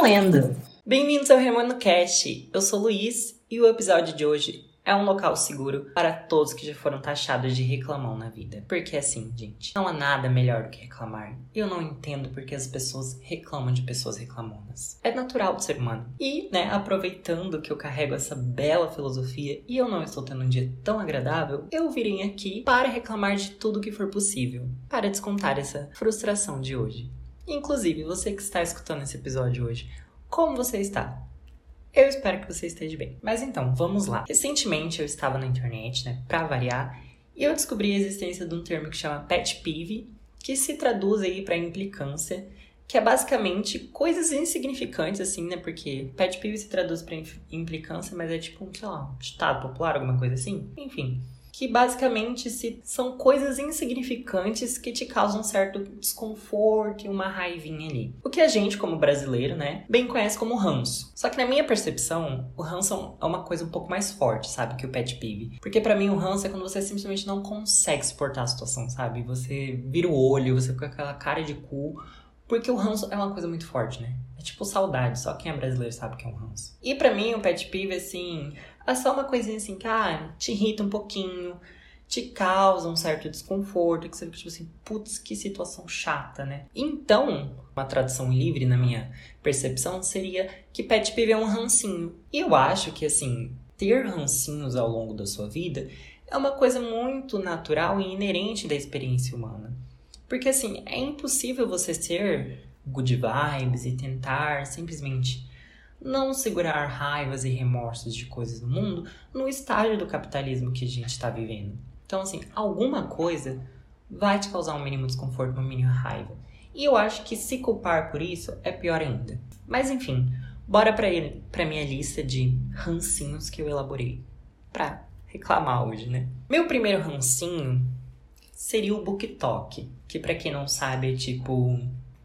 remoendo. Bem-vindos ao Remoendo Cast. Eu sou o Luiz e o episódio de hoje é um local seguro para todos que já foram taxados de reclamão na vida. Porque assim, gente, não há nada melhor do que reclamar. Eu não entendo porque as pessoas reclamam de pessoas reclamonas. É natural do ser humano. E, aproveitando que eu carrego essa bela filosofia e eu não estou tendo um dia tão agradável, eu virei aqui para reclamar de tudo que for possível. Para descontar essa frustração de hoje. Inclusive, você que está escutando esse episódio hoje, como você está? Eu espero que você esteja bem. Mas então, vamos lá. Recentemente eu estava na internet, pra variar, e eu descobri a existência de um termo que chama pet peeve, que se traduz aí pra implicância, que é basicamente coisas insignificantes, assim, porque pet peeve se traduz pra implicância, mas é tipo, um ditado popular, alguma coisa assim. Enfim, que basicamente são coisas insignificantes que te causam um certo desconforto e uma raivinha ali. O que a gente, como brasileiro, bem conhece como ranço. Só que na minha percepção, o ranço é uma coisa um pouco mais forte, sabe, que o pet peeve. Porque pra mim o ranço é quando você simplesmente não consegue suportar a situação, sabe? Você vira o olho, você fica com aquela cara de cu. Porque o ranço é uma coisa muito forte, É tipo saudade, só quem é brasileiro sabe o que é um ranço. E pra mim, o pet peeve, assim, é só uma coisinha assim que, te irrita um pouquinho, te causa um certo desconforto, que você fica tipo assim, putz, que situação chata, Então, uma tradução livre na minha percepção seria que pet peeve é um rancinho. E eu acho que, assim, ter rancinhos ao longo da sua vida é uma coisa muito natural e inerente da experiência humana. Porque, assim, é impossível você ser good vibes e tentar simplesmente não segurar raivas e remorsos de coisas do mundo no estágio do capitalismo que a gente está vivendo. Então, assim, alguma coisa vai te causar um mínimo desconforto, uma mínima raiva. E eu acho que se culpar por isso é pior ainda. Mas, enfim, bora pra minha lista de rancinhos que eu elaborei pra reclamar hoje, Meu primeiro rancinho seria o BookTok, que pra quem não sabe é tipo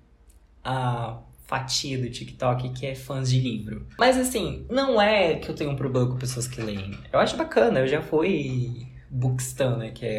a fatia do TikTok que é fãs de livro. Mas assim, não é que eu tenho um problema com pessoas que leem. Eu acho bacana, eu já fui Bookstan,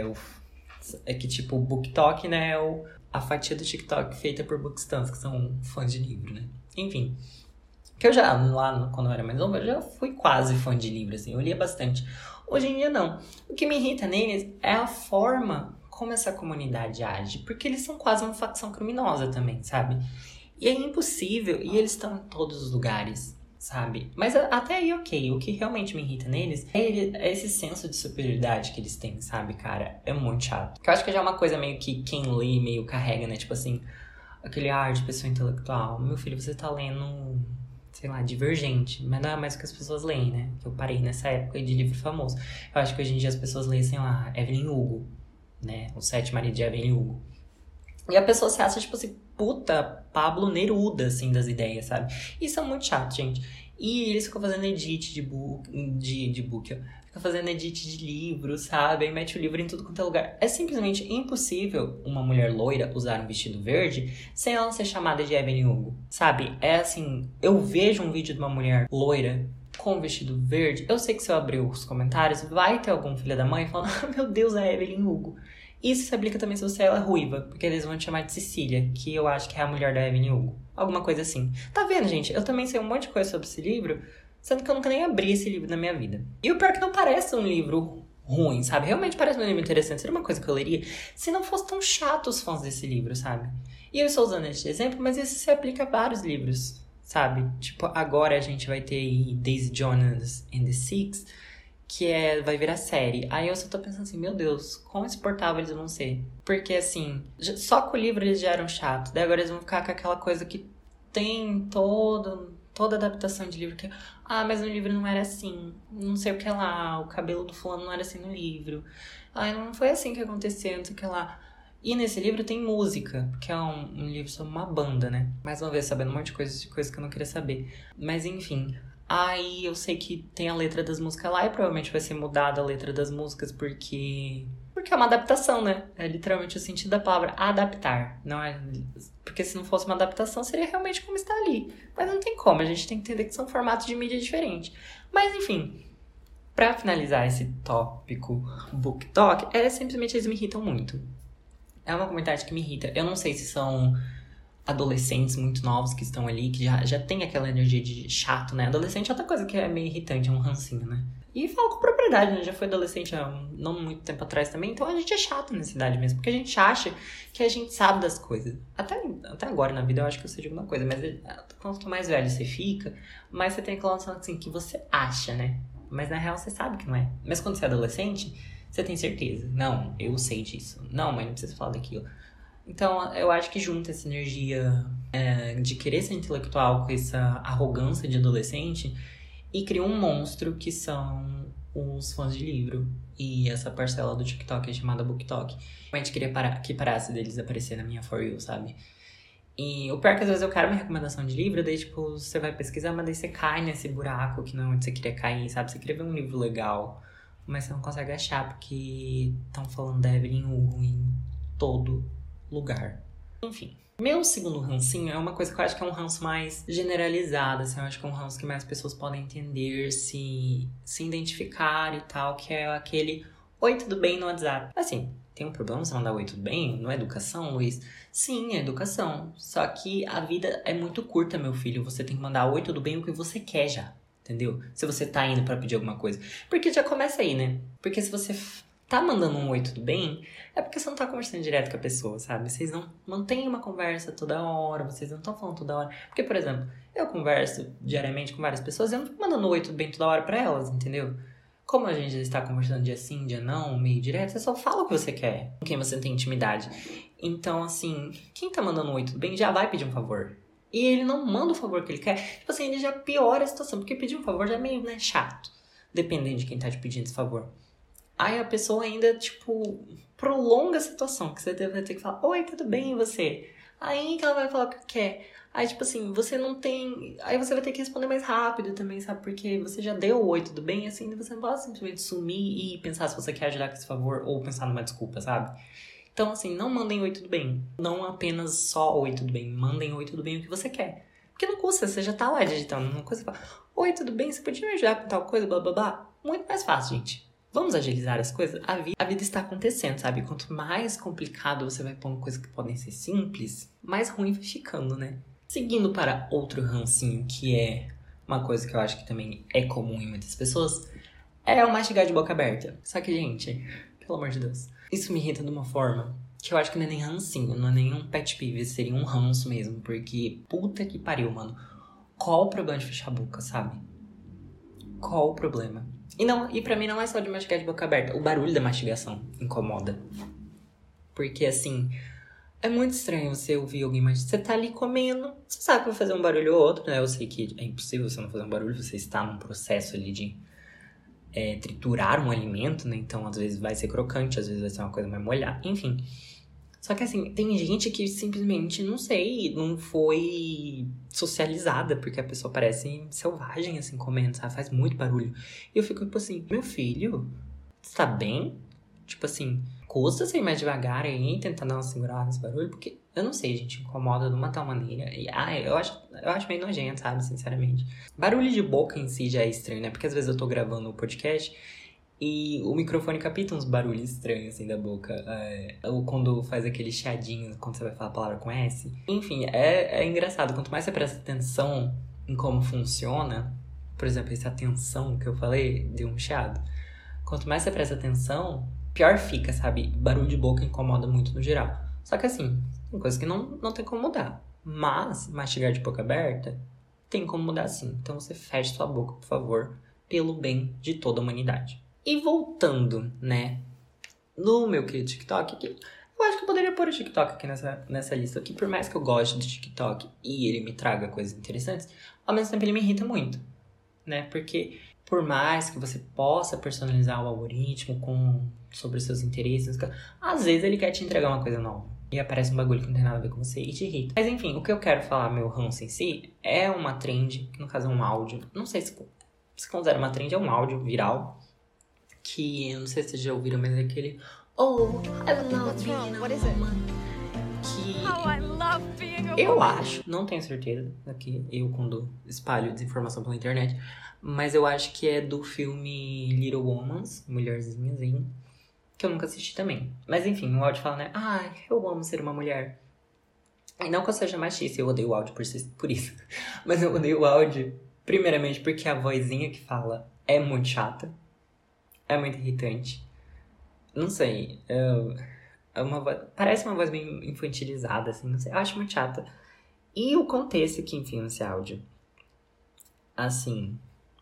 que tipo, o BookTok, é a fatia do TikTok feita por Bookstans, que são fãs de livro, Enfim, que eu já, lá quando eu era mais novo, eu já fui quase fã de livro, assim, eu lia bastante. Hoje em dia, não. O que me irrita neles é a forma como essa comunidade age, porque eles são quase uma facção criminosa também, sabe? E é impossível, e eles estão em todos os lugares, sabe? Mas até aí, ok, o que realmente me irrita neles é esse senso de superioridade que eles têm, sabe, cara? É muito chato. Porque eu acho que já é uma coisa meio que quem lê meio carrega, Tipo assim, aquele ar de pessoa intelectual. Meu filho, você tá lendo, sei lá, Divergente, mas não é mais o que as pessoas leem, Que eu parei nessa época de livro famoso. Eu acho que hoje em dia as pessoas leem, sei lá, Evelyn Hugo, Os Sete Maridos de Evelyn Hugo. E a pessoa se acha, tipo assim, puta, Pablo Neruda, assim, das ideias, sabe? Isso é muito chato, gente. E eles ficam fazendo edit de book, Fica fazendo edit de livro, sabe? Aí mete o livro em tudo quanto é lugar. É simplesmente impossível uma mulher loira usar um vestido verde sem ela ser chamada de Evelyn Hugo, sabe? É assim, eu vejo um vídeo de uma mulher loira com vestido verde, eu sei que se eu abrir os comentários, vai ter algum filho da mãe falando, meu Deus, é Evelyn Hugo. Isso se aplica também se você é ruiva, porque eles vão te chamar de Cecília, que eu acho que é a mulher da Evelyn Hugo. Alguma coisa assim. Tá vendo, gente? Eu também sei um monte de coisa sobre esse livro, sendo que eu nunca nem abri esse livro na minha vida. E o pior é que não parece um livro ruim, sabe? Realmente parece um livro interessante. Seria uma coisa que eu leria se não fosse tão chato os fãs desse livro, sabe? E eu estou usando este exemplo, mas isso se aplica a vários livros, sabe? Tipo, agora a gente vai ter aí Daisy Jones and the Six, que vai virar série. Aí eu só tô pensando assim, meu Deus, quão insuportável eles vão ser. Porque assim, só com o livro eles já eram chatos. Daí agora eles vão ficar com aquela coisa que tem toda adaptação de livro que... mas no livro não era assim. Não sei o que lá. O cabelo do fulano não era assim no livro. Não foi assim que aconteceu, não sei o que lá. E nesse livro tem música, porque é um livro sobre uma banda, Mais uma vez, sabendo um monte de coisa que eu não queria saber. Mas enfim... Aí eu sei que tem a letra das músicas lá e provavelmente vai ser mudada a letra das músicas porque é uma adaptação, É literalmente o sentido da palavra adaptar. Não é... Porque se não fosse uma adaptação seria realmente como está ali. Mas não tem como, a gente tem que entender que são formatos de mídia diferentes. Mas enfim, pra finalizar esse tópico BookTok, simplesmente eles me irritam muito. É uma comunidade que me irrita. Eu não sei se são adolescentes muito novos que estão ali, que já tem aquela energia de chato, né? Adolescente é outra coisa que é meio irritante, é um rancinho, né? E falo com propriedade, né? Já fui adolescente há não muito tempo atrás também, então a gente é chato nessa idade mesmo, porque a gente acha que a gente sabe das coisas. Até agora na vida eu acho que eu sei de alguma coisa, mas quanto mais velho você fica, mais você tem aquela noção assim, que você acha, né? Mas na real você sabe que não é. Mas quando você é adolescente, você tem certeza. Não, eu sei disso. Não, mas não precisa falar daquilo. Então, eu acho que junta essa energia de querer ser intelectual com essa arrogância de adolescente e cria um monstro que são os fãs de livro. E essa parcela do TikTok é chamada BookTok. Eu realmente queria que parasse deles aparecer na minha For You, sabe? E o pior é que às vezes eu quero uma recomendação de livro, daí tipo, você vai pesquisar, mas daí você cai nesse buraco que não é onde você queria cair, sabe? Você queria ver um livro legal, mas você não consegue achar porque estão falando da Evelyn Hugo em todo lugar. Enfim, meu segundo rancinho é uma coisa que eu acho que é um ranço mais generalizado, assim, eu acho que é um ranço que mais pessoas podem entender, se identificar e tal, que é aquele "Oi, tudo bem?" no WhatsApp. Assim, tem um problema você mandar "Oi, tudo bem?" Não é educação, Luiz? Sim, é educação. Só que a vida é muito curta, meu filho. Você tem que mandar "Oi, tudo bem?" o que você quer já, entendeu? Se você tá indo pra pedir alguma coisa. Porque já começa aí, né? Porque se você tá mandando um "Oi, tudo bem?" é porque você não tá conversando direto com a pessoa, sabe? Vocês não têm uma conversa toda hora, vocês não estão falando toda hora. Porque, por exemplo, eu converso diariamente com várias pessoas e eu não fico mandando "Oi, tudo bem?" toda hora pra elas, entendeu? Como a gente já está conversando dia sim, dia não, meio direto, você só fala o que você quer, com quem você tem intimidade. Então, assim, quem tá mandando um "Oi, tudo bem?" já vai pedir um favor. E ele não manda o favor que ele quer. Tipo assim, ele já piora a situação, porque pedir um favor já é meio, né, chato. Dependendo de quem tá te pedindo esse favor. Aí a pessoa ainda, tipo, prolonga a situação, que você vai ter que falar "Oi, tudo bem, e você?" Aí que ela vai falar o que quer. Aí, tipo assim, você não tem... Aí você vai ter que responder mais rápido também, sabe? Porque você já deu o "Oi, tudo bem?" Assim, você não pode simplesmente sumir e pensar se você quer ajudar com esse favor ou pensar numa desculpa, sabe? Então, assim, não mandem "Oi, tudo bem." Não apenas só "Oi, tudo bem." Mandem "Oi, tudo bem" o que você quer. Porque não custa, você já tá lá digitando uma coisa e fala "Oi, tudo bem? Você podia me ajudar com tal coisa, blá, blá, blá?" Muito mais fácil, gente. Vamos agilizar as coisas? A vida está acontecendo, sabe? Quanto mais complicado você vai pondo coisas que podem ser simples, mais ruim vai ficando, né? Seguindo para outro rancinho, que é uma coisa que eu acho que também é comum em muitas pessoas, é o mastigar de boca aberta. Só que, gente, pelo amor de Deus, isso me irrita de uma forma que eu acho que não é nem rancinho, não é nem um pet peeve, seria um ranço mesmo, porque puta que pariu, mano. Qual o problema de fechar a boca, sabe? Qual o problema? E pra mim não é só de mastigar de boca aberta, o barulho da mastigação incomoda. Porque, assim, é muito estranho você ouvir alguém mastigar. Você tá ali comendo, você sabe que vai fazer um barulho ou outro, né? Eu sei que é impossível você não fazer um barulho, você está num processo ali de triturar um alimento, né? Então, às vezes vai ser crocante, às vezes vai ser uma coisa mais molhada, enfim. Só que, assim, tem gente que simplesmente, não sei, não foi socializada, porque a pessoa parece selvagem, assim, comendo, sabe? Faz muito barulho. E eu fico, tipo assim, meu filho, você tá bem? Tipo assim, custa você ir mais devagar aí, tentar dar uma segurada nesse barulho, porque, eu não sei, gente, incomoda de uma tal maneira. E, eu acho meio nojento, sabe, sinceramente. Barulho de boca em si já é estranho, né? Porque às vezes eu tô gravando o podcast e o microfone capta uns barulhos estranhos, assim, da boca. Ou quando faz aquele chiadinho, quando você vai falar a palavra com S. Enfim, é engraçado. Quanto mais você presta atenção em como funciona, por exemplo, essa atenção que eu falei, deu um chiado. Quanto mais você presta atenção, pior fica, sabe? Barulho de boca incomoda muito no geral. Só que assim, tem coisas que não tem como mudar. Mas, mastigar de boca aberta, tem como mudar sim. Então você feche sua boca, por favor, pelo bem de toda a humanidade. E voltando, né, no meu querido TikTok, que eu acho que eu poderia pôr o TikTok aqui nessa lista aqui, por mais que eu goste do TikTok e ele me traga coisas interessantes, ao mesmo tempo ele me irrita muito, né, porque por mais que você possa personalizar o algoritmo sobre os seus interesses, às vezes ele quer te entregar uma coisa nova. E aparece um bagulho que não tem nada a ver com você e te irrita. Mas enfim, o que eu quero falar, meu ranço em si, é uma trend, que no caso é um áudio, não sei se considera uma trend, é um áudio viral, que eu não sei se vocês já ouviram, mas é aquele "Oh, I love being a woman", que eu acho, não tenho certeza, aqui eu quando espalho desinformação pela internet, mas eu acho que é do filme Little Womans, Mulherzinhas, hein? Que eu nunca assisti também. Mas enfim, o áudio fala, né? "Ai, eu amo ser uma mulher." E não que eu seja machista, eu odeio o áudio por isso. Mas eu odeio o áudio, primeiramente, porque a vozinha que fala é muito chata. É muito irritante. Não sei. Parece uma voz bem infantilizada, assim. Não sei. Eu acho muito chata. E o contexto que enfim esse áudio. Assim.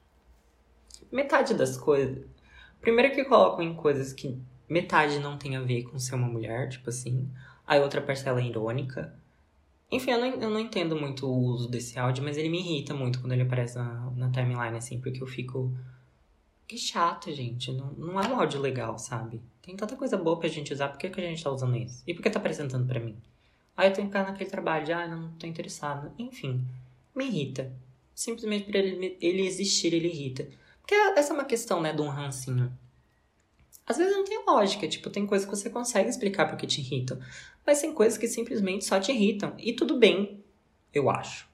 Metade das coisas. Primeiro que colocam em coisas que metade não tem a ver com ser uma mulher, tipo assim. A outra parcela é irônica. Enfim, eu não entendo muito o uso desse áudio, mas ele me irrita muito quando ele aparece na timeline, assim, porque eu fico. Que chato, gente. Não é um áudio legal, sabe? Tem tanta coisa boa pra gente usar, por que a gente tá usando isso? E por que tá apresentando pra mim? Aí eu tenho que ficar naquele trabalho de, não tô interessado. Enfim, me irrita. Simplesmente por ele existir, ele irrita. Porque essa é uma questão, né, de um rancinho. Às vezes não tem lógica, tipo, tem coisas que você consegue explicar porque te irritam. Mas tem coisas que simplesmente só te irritam. E tudo bem, eu acho.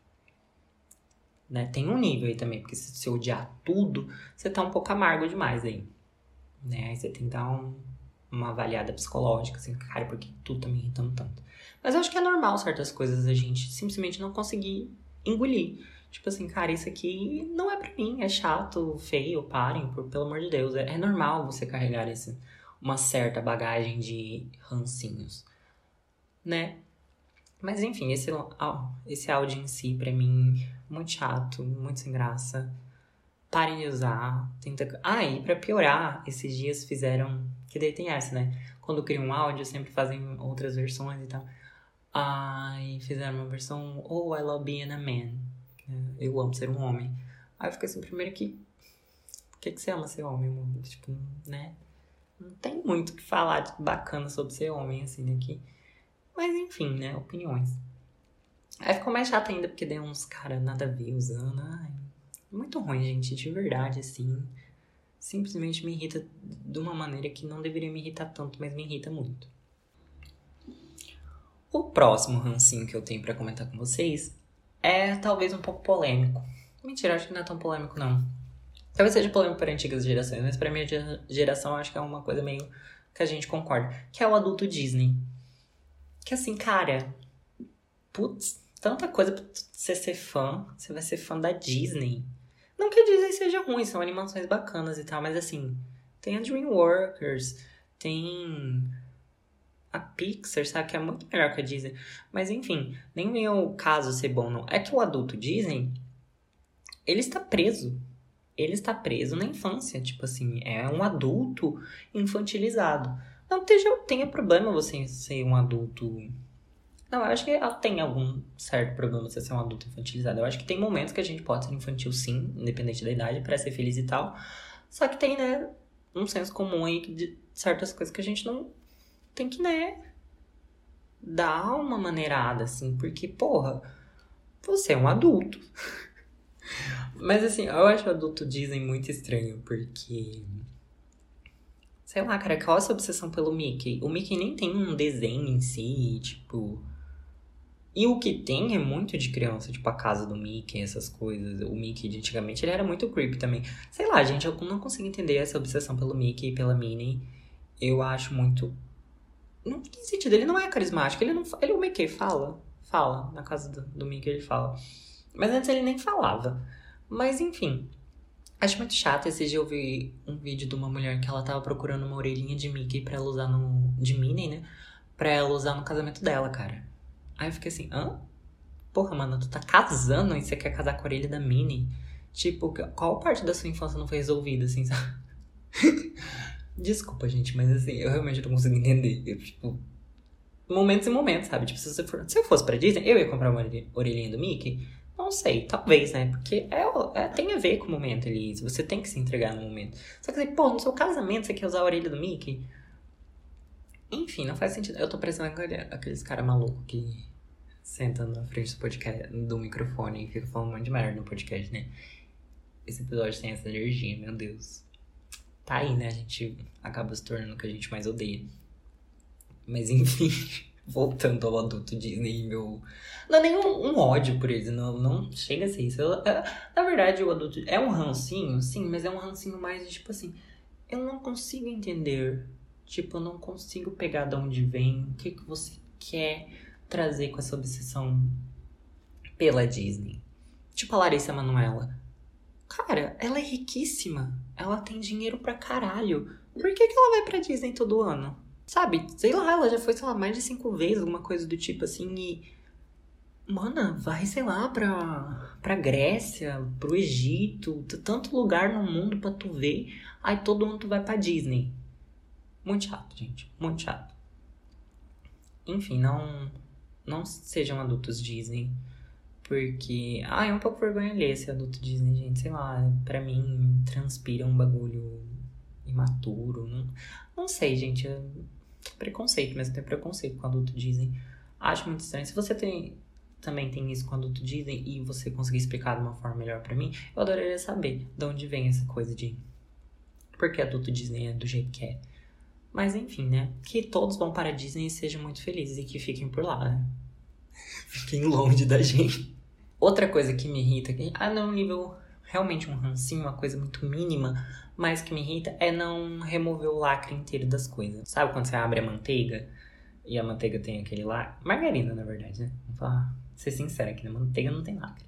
Né? Tem um nível aí também, porque se você odiar tudo, você tá um pouco amargo demais aí. Né? Aí você tem que dar uma avaliada psicológica, assim, cara, porque tudo tá me irritando tanto. Mas eu acho que é normal certas coisas a gente simplesmente não conseguir engolir. Tipo assim, cara, isso aqui não é pra mim, é chato, feio, parem, pelo amor de Deus. É normal você carregar uma certa bagagem de rancinhos, né? Mas enfim, esse áudio em si, pra mim, muito chato, muito sem graça. Parem de usar. E pra piorar, esses dias fizeram... Que daí tem essa, né? Quando criam um áudio, sempre fazem outras versões e tal. E fizeram uma versão Oh, I love being a man. Eu amo ser um homem. Aí eu fiquei assim, primeiro que... Por que você ama ser homem, amor? Tipo, né? Não tem muito o que falar de bacana sobre ser homem, assim, aqui. Mas enfim, né? Opiniões. Aí ficou mais chato ainda, porque deu uns caras nada a ver usando. Muito ruim, gente. De verdade, assim. Simplesmente me irrita de uma maneira que não deveria me irritar tanto, mas me irrita muito. O próximo rancinho que eu tenho pra comentar com vocês é talvez um pouco polêmico. Mentira, acho que não é tão polêmico, não. Talvez seja polêmico para antigas gerações, mas pra minha geração acho que é uma coisa meio que a gente concorda. Que é o adulto Disney. Que assim, cara... Putz, tanta coisa pra você ser fã. Você vai ser fã da Disney. Não que a Disney seja ruim, são animações bacanas e tal, mas assim... Tem a DreamWorks, tem... a Pixar, sabe? Que é muito melhor que a Disney. Mas enfim, nem vem o caso ser bom, não. É que o adulto Disney, ele está preso. Ele está preso na infância. Tipo assim, é um adulto infantilizado. Não tenha problema você ser um adulto... Não, eu acho que tem algum certo problema você ser um adulto infantilizado. Eu acho que tem momentos que a gente pode ser infantil, sim, independente da idade, pra ser feliz e tal. Só que tem, né, um senso comum aí de certas coisas que a gente não... Tem que, né, dar uma maneirada, assim, porque, porra, você é um adulto. Mas, assim, eu acho o adulto Disney muito estranho, porque... Sei lá, cara, qual é a sua obsessão pelo Mickey? O Mickey nem tem um desenho em si, tipo... E o que tem é muito de criança, tipo a casa do Mickey, essas coisas. O Mickey de antigamente, ele era muito creepy também. Sei lá, gente, eu não consigo entender essa obsessão pelo Mickey e pela Minnie. Eu acho muito... Não tem sentido, ele não é carismático. Ele o Mickey fala. Fala, na casa do Mickey ele fala. Mas antes ele nem falava. Mas enfim, acho muito chato. Esse dia eu vi um vídeo de uma mulher que ela tava procurando uma orelhinha de Mickey pra ela usar de Minnie, né? Pra ela usar no casamento dela, cara. Aí eu fiquei assim, Porra, mano, tu tá casando e você quer casar com a orelha da Minnie? Tipo, qual parte da sua infância não foi resolvida, assim, sabe? Desculpa, gente, mas assim, eu realmente não consigo entender. Tipo, momentos e momentos, sabe? Tipo, se eu fosse pra Disney, eu ia comprar uma orelhinha do Mickey? Não sei, talvez, né? Porque tem a ver com o momento ali. Você tem que se entregar no momento. Só que, pô, no seu casamento você quer usar a orelha do Mickey? Enfim, não faz sentido. Eu tô parecendo aqueles caras malucos que sentam na frente do podcast, do microfone e ficam falando um monte de merda no podcast, né? Esse episódio tem essa energia, meu Deus. Tá aí, né? A gente acaba se tornando o que a gente mais odeia. Mas enfim, voltando ao adulto Disney, meu... Não é nem um ódio por eles, não chega a ser isso. Na verdade, o adulto é um rancinho, sim, mas é um rancinho mais de tipo assim... Eu não consigo entender. Tipo, eu não consigo pegar de onde vem, o que você quer. trazer com essa obsessão pela Disney. Tipo a Larissa Manoela. Cara, ela é riquíssima. Ela tem dinheiro pra caralho. Por que ela vai pra Disney todo ano? Sabe? Sei lá, ela já foi, sei lá, mais de 5 vezes, alguma coisa do tipo assim. E, mana, vai, sei lá, pra Grécia, pro Egito. Tanto lugar no mundo pra tu ver. Aí todo ano tu vai pra Disney. Muito chato, gente. Muito chato. Enfim, não sejam adultos Disney. Porque, é um pouco vergonha alheia esse adulto Disney, gente. Sei lá, pra mim transpira um bagulho imaturo. Não sei, gente. É preconceito, mas tem preconceito com adulto Disney. Acho muito estranho. Se você também tem isso com adulto Disney e você conseguir explicar de uma forma melhor pra mim, eu adoraria saber de onde vem essa coisa de por que adulto Disney é do jeito que é. Mas enfim, né? Que todos vão para a Disney e sejam muito felizes e que fiquem por lá, né? Fiquem longe da gente. Outra coisa que me irrita, não, nível realmente um rancinho, uma coisa muito mínima, mas que me irrita é não remover o lacre inteiro das coisas. Sabe quando você abre a manteiga e a manteiga tem aquele lacre? Margarina, na verdade, né? Vou falar, ser sincero aqui, né? Manteiga não tem lacre.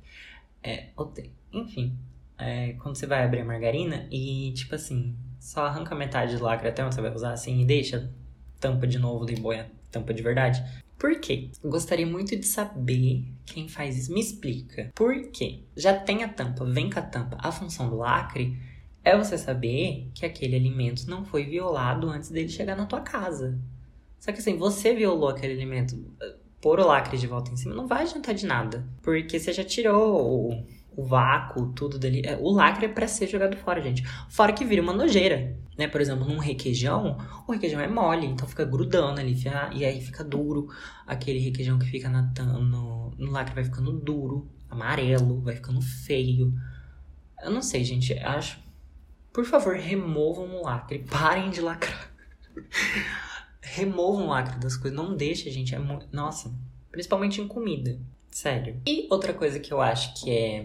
Enfim, quando você vai abrir a margarina e, tipo assim, só arranca metade do lacre até onde você vai usar assim e deixa a tampa de novo e põe a tampa de verdade. Por quê? Gostaria muito de saber quem faz isso. Me explica. Por quê? Já tem a tampa, vem com a tampa. A função do lacre é você saber que aquele alimento não foi violado antes dele chegar na tua casa. Só que assim, você violou aquele alimento, pôr o lacre de volta em cima não vai adiantar de nada. Porque você já tirou o vácuo, tudo dali. O lacre é pra ser jogado fora, gente. Fora que vira uma nojeira, né? Por exemplo, num requeijão, o requeijão é mole, então fica grudando ali, e aí fica duro. Aquele requeijão que fica no lacre vai ficando duro, amarelo, vai ficando feio. Eu não sei, gente, acho... Por favor, removam o lacre, parem de lacrar. Removam o lacre das coisas, não deixa, gente, nossa, principalmente em comida. Sério. E outra coisa que eu acho que é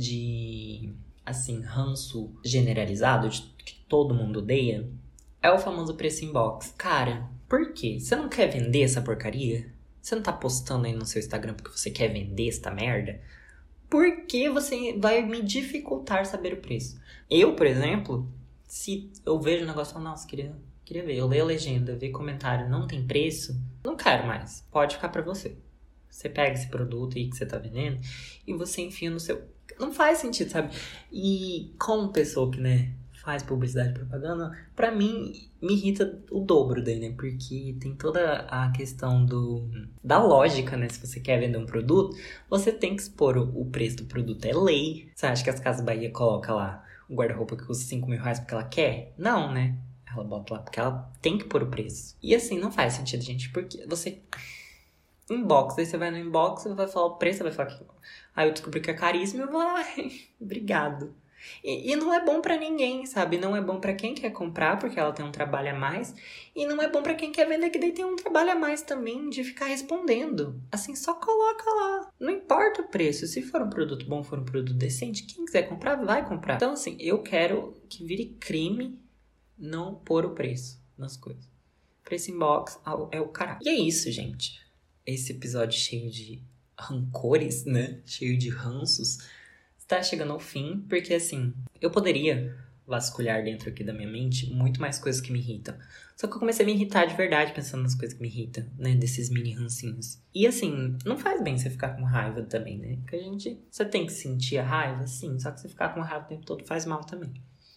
de, assim, ranço generalizado, que todo mundo odeia, é o famoso preço em box. Cara, por quê? Você não quer vender essa porcaria? Você não tá postando aí no seu Instagram porque você quer vender esta merda? Por que você vai me dificultar saber o preço? Eu, por exemplo, se eu vejo um negócio e falo, nossa, queria ver. Eu leio a legenda, ver comentário, não tem preço, não quero mais. Pode ficar pra você. Você pega esse produto aí que você tá vendendo e você enfia no seu... Não faz sentido, sabe? E como pessoa que, né, faz publicidade e propaganda, pra mim, me irrita o dobro daí, né? Porque tem toda a questão da lógica, né? Se você quer vender um produto, você tem que expor o preço do produto. É lei. Você acha que as Casas Bahia colocam lá um guarda-roupa que custa 5 mil reais porque ela quer? Não, né? Ela bota lá porque ela tem que pôr o preço. E assim, não faz sentido, gente. Porque você... Inbox, aí você vai no inbox, você vai falar o preço, você vai falar que... Aí eu descobri que é caríssimo, eu vou lá, obrigado. E não é bom pra ninguém, sabe? Não é bom pra quem quer comprar, porque ela tem um trabalho a mais. E não é bom pra quem quer vender, que daí tem um trabalho a mais também de ficar respondendo. Assim, só coloca lá. Não importa o preço. Se for um produto bom, for um produto decente, quem quiser comprar, vai comprar. Então, assim, eu quero que vire crime não pôr o preço nas coisas. Preço inbox é o caralho. E é isso, gente. Esse episódio cheio de rancores, né? Cheio de ranços. Está chegando ao fim, porque assim, eu poderia vasculhar dentro aqui da minha mente muito mais coisas que me irritam. Só que eu comecei a me irritar de verdade pensando nas coisas que me irritam, né? Desses mini rancinhos. E assim, não faz bem você ficar com raiva também, né? Porque você tem que sentir a raiva, sim. Só que você ficar com raiva o tempo todo faz mal também.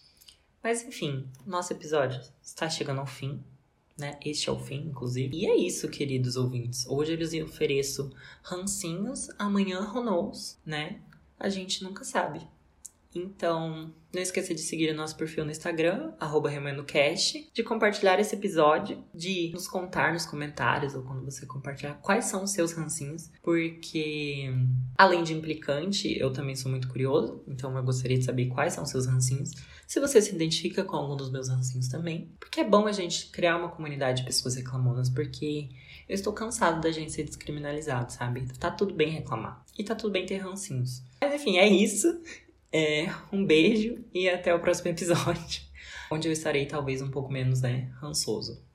Mas enfim, nosso episódio está chegando ao fim. Né? Este é o fim, inclusive. E é isso, queridos ouvintes. Hoje eu lhes ofereço rancinhos, amanhã who knows, né? A gente nunca sabe. Então, não esqueça de seguir o nosso perfil no Instagram, @remoendocast, de compartilhar esse episódio, de nos contar nos comentários, ou quando você compartilhar, quais são os seus rancinhos, porque, além de implicante, eu também sou muito curioso, então eu gostaria de saber quais são os seus rancinhos, se você se identifica com algum dos meus rancinhos também, porque é bom a gente criar uma comunidade de pessoas reclamonas, porque eu estou cansado da gente ser descriminalizado, sabe? Tá tudo bem reclamar, e tá tudo bem ter rancinhos. Mas enfim, é isso. Um beijo e até o próximo episódio, onde eu estarei talvez um pouco menos, né, rançoso.